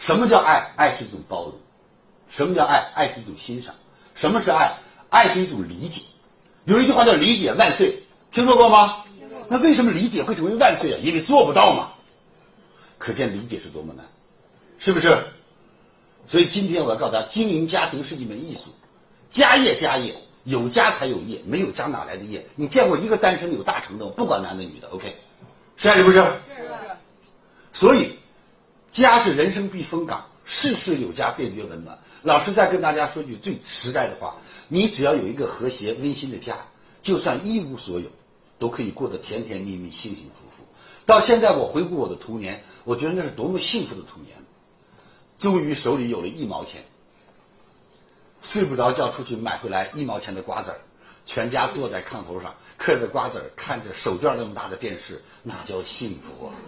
什么叫爱？爱是一种包容。什么叫爱？爱是一种欣赏。什么是爱？爱是一种理解。有一句话叫理解万岁，听说过吗？那为什么理解会成为万岁啊？因为做不到嘛。可见理解是多么难，是不是？所以今天我要告诉大家，经营家庭是一门艺术，家业家业，有家才有业，没有家哪来的业？你见过一个单身有大成的？不管男的女的 ，OK， 是还是不是？是。所以家是人生避风港，事事有家便觉温暖。老师再跟大家说句最实在的话，你只要有一个和谐温馨的家，就算一无所有，都可以过得甜甜蜜蜜、幸幸福福。到现在我回顾我的童年，我觉得那是多么幸福的童年。终于手里有了1毛钱，睡不着觉出去买回来1毛钱的瓜子儿，全家坐在炕头上嗑着瓜子儿，看着手绢那么大的电视，那叫幸福啊！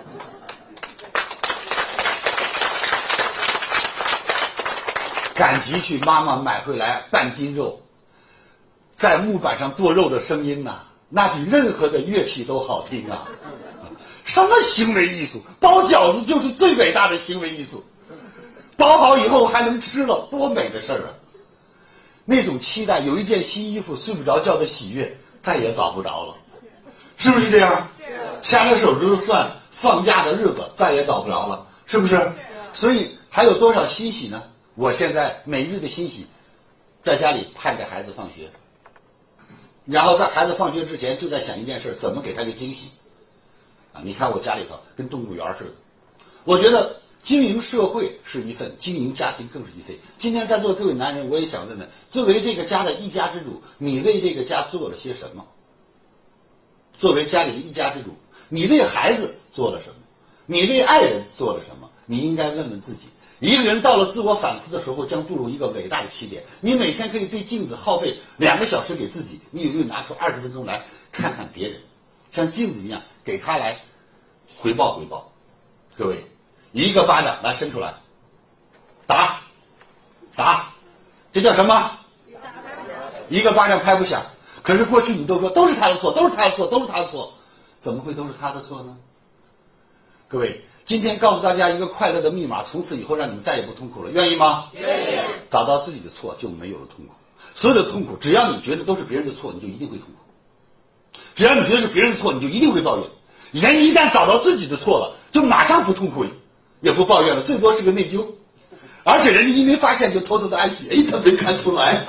赶集去妈妈买回来半斤肉，在木板上剁肉的声音呐，那比任何的乐器都好听啊！什么行为艺术？包饺子就是最伟大的行为艺术。包好以后还能吃了，多美的事儿啊！那种期待，有一件新衣服睡不着觉的喜悦，再也找不着了，是不是这样？掐着手指头算放假的日子，再也找不着了，是不是？所以还有多少欣喜呢？我现在每日的欣喜，在家里盼着孩子放学，然后在孩子放学之前就在想一件事，怎么给他个惊喜啊！你看我家里头跟动物园似的，我觉得经营社会是一份，经营家庭更是一份。今天在座各位男人，我也想问问，作为这个家的一家之主，你为这个家做了些什么？作为家里的一家之主，你为孩子做了什么？你为爱人做了什么？你应该问问自己。一个人到了自我反思的时候，将步入一个伟大的起点。你每天可以对镜子耗费2个小时给自己，你有没有拿出20分钟来看看别人，像镜子一样给他来回报回报？各位，一个巴掌来伸出来，打，这叫什么？一个巴掌拍不响。可是过去你都说都是他的错，都是他的错，都是他的错，怎么会都是他的错呢？各位，今天告诉大家一个快乐的密码，从此以后让你们再也不痛苦了，愿意吗？愿意。找到自己的错就没有了痛苦。所有的痛苦，只要你觉得都是别人的错，你就一定会痛苦；只要你觉得是别人的错，你就一定会抱怨。人一旦找到自己的错了，就马上不痛苦，也不抱怨了，最多是个内疚。而且人家一没发现就偷偷的安息，哎，他没看出来。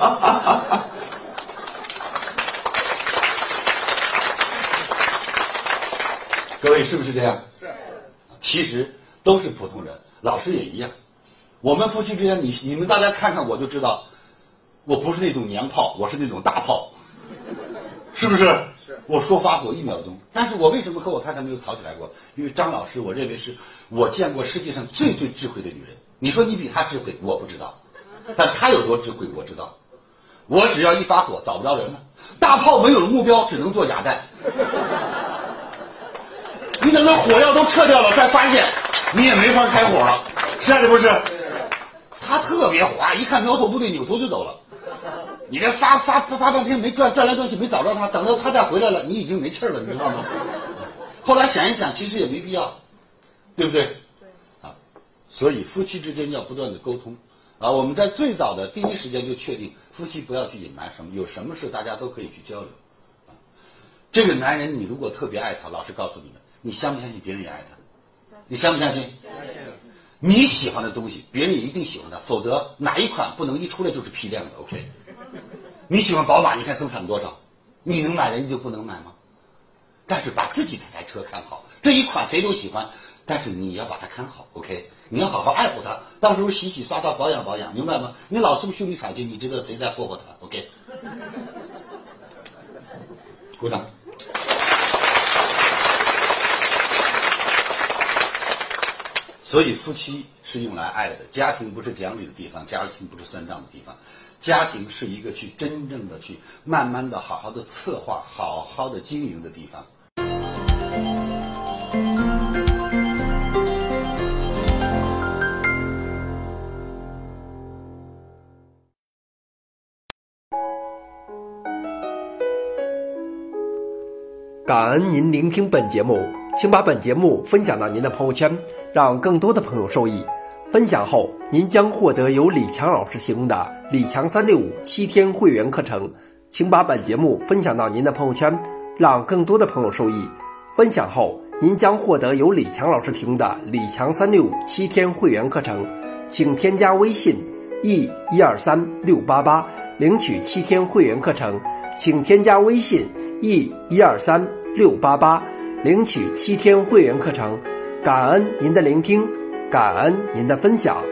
各位是不是这样？是。其实都是普通人，老师也一样。我们夫妻之间，你们大家看看我就知道，我不是那种娘炮，我是那种大炮，是不是？是。我说发火1秒钟，但是我为什么和我太太没有吵起来过？因为张老师，我认为是我见过世界上最智慧的女人。你说你比她智慧，我不知道，但她有多智慧，我知道。我只要一发火，找不着人了。大炮没有了目标，只能做哑弹。你等到火药都撤掉了，再发现你也没法开火了，是不是？他特别火，一看苗头不对，扭头就走了。你这发半天没转来转去，没找着他，等到他再回来了，你已经没气儿了，你知道吗？后来想一想，其实也没必要，对不对？啊，所以夫妻之间要不断的沟通啊。我们在最早的第一时间就确定，夫妻不要去隐瞒什么，有什么事大家都可以去交流。啊，这个男人你如果特别爱他，老实告诉你们，你相不相信别人也爱他？你相不相信？你喜欢的东西，别人也一定喜欢它，否则哪一款不能一出来就是批量的 ？OK？ 你喜欢宝马，你看生产多少，你能买人家就不能买吗？但是把自己那台车看好，这一款谁都喜欢，但是你要把它看好 ，OK？ 你要好好爱护它，到时候洗洗刷刷保养保养，明白吗？你老送修理厂去，你知道谁在霍霍它 ？OK？ 鼓掌。所以夫妻是用来爱的，家庭不是讲理的地方，家庭不是算账的地方，家庭是一个去真正的去慢慢的好好的策划，好好的经营的地方。 感恩您聆听本节目，请把本节目分享到您的朋友圈，让更多的朋友受益。 分享后您将获得由李强老师提供的李强365 7天会员课程，请把本节目分享到您的朋友圈，让更多的朋友受益。分享后您将获得由李强老师提供的李强365 7天会员课程，请添加微信 E123688 领取7天会员课程，请添加微信 E123688 领取7天会员课程。感恩您的聆听，感恩您的分享。